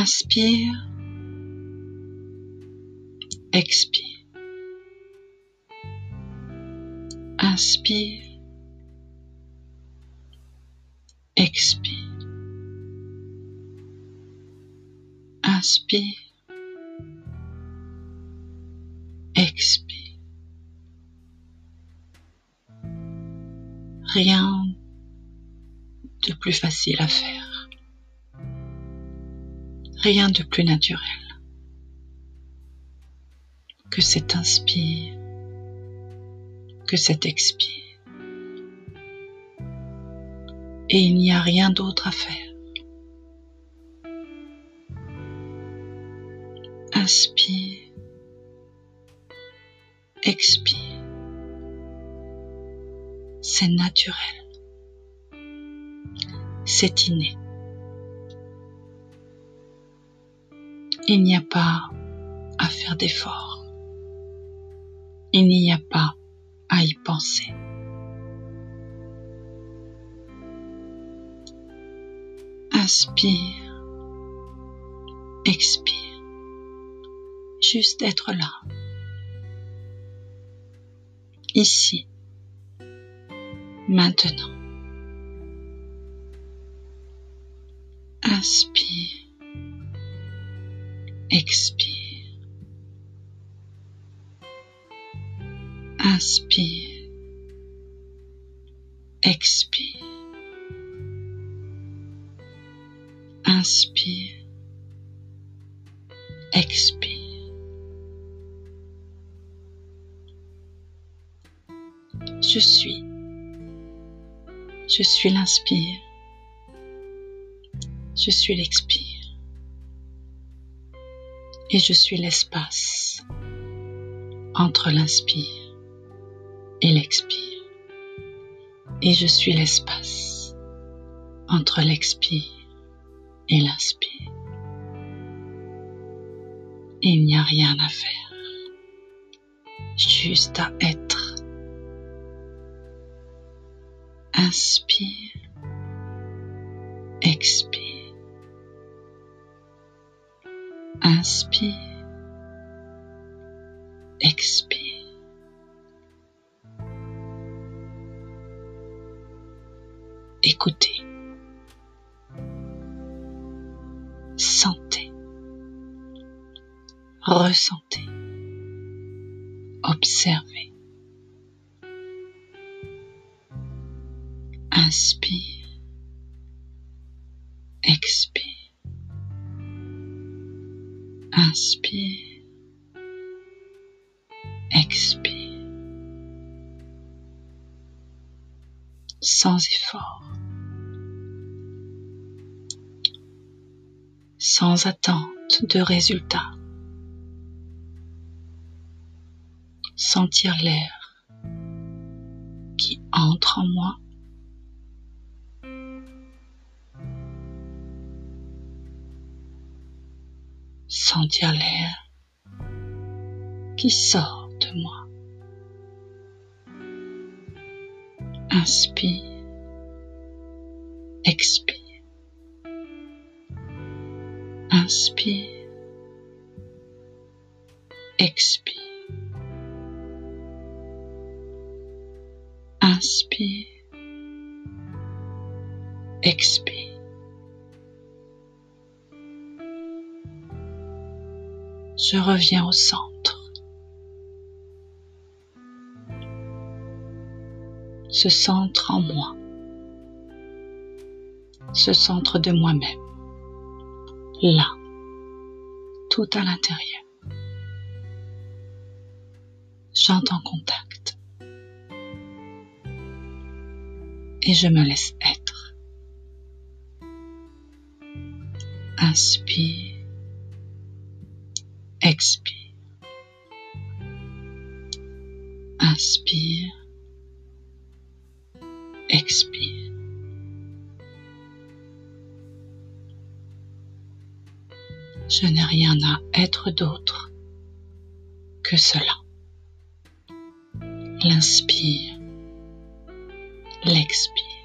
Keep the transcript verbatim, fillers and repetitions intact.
Inspire, expire. Inspire, expire. Inspire, expire. Rien de plus facile à faire. Rien de plus naturel que cet inspire, que cet expire. Et il n'y a rien d'autre à faire. Inspire, expire. C'est naturel. C'est inné. Il n'y a pas à faire d'efforts. Il n'y a pas à y penser. Inspire, expire. Juste être là, ici, maintenant. Inspire, expire. Inspire, expire. Inspire, expire. Je suis. Je suis l'inspire. Je suis l'expire. Et je suis l'espace entre l'inspire et l'expire. Et je suis l'espace entre l'expire et l'inspire. Et il n'y a rien à faire, juste à être. Inspire, expire. Inspire, expire. Écoutez, sentez, ressentez, observez. Inspire, expire. Inspire, expire. Sans effort, sans attente de résultat. Sentir l'air qui entre en moi. Sentir l'air qui sort de moi. Inspire, expire. Inspire, expire. Inspire, expire. Je reviens au centre. Ce centre en moi. Ce centre de moi-même. Là. Tout à l'intérieur. J'entre en contact. Et je me laisse être. Inspire. Expire. Inspire. Expire. Je n'ai rien à être d'autre que cela. L'inspire, l'expire.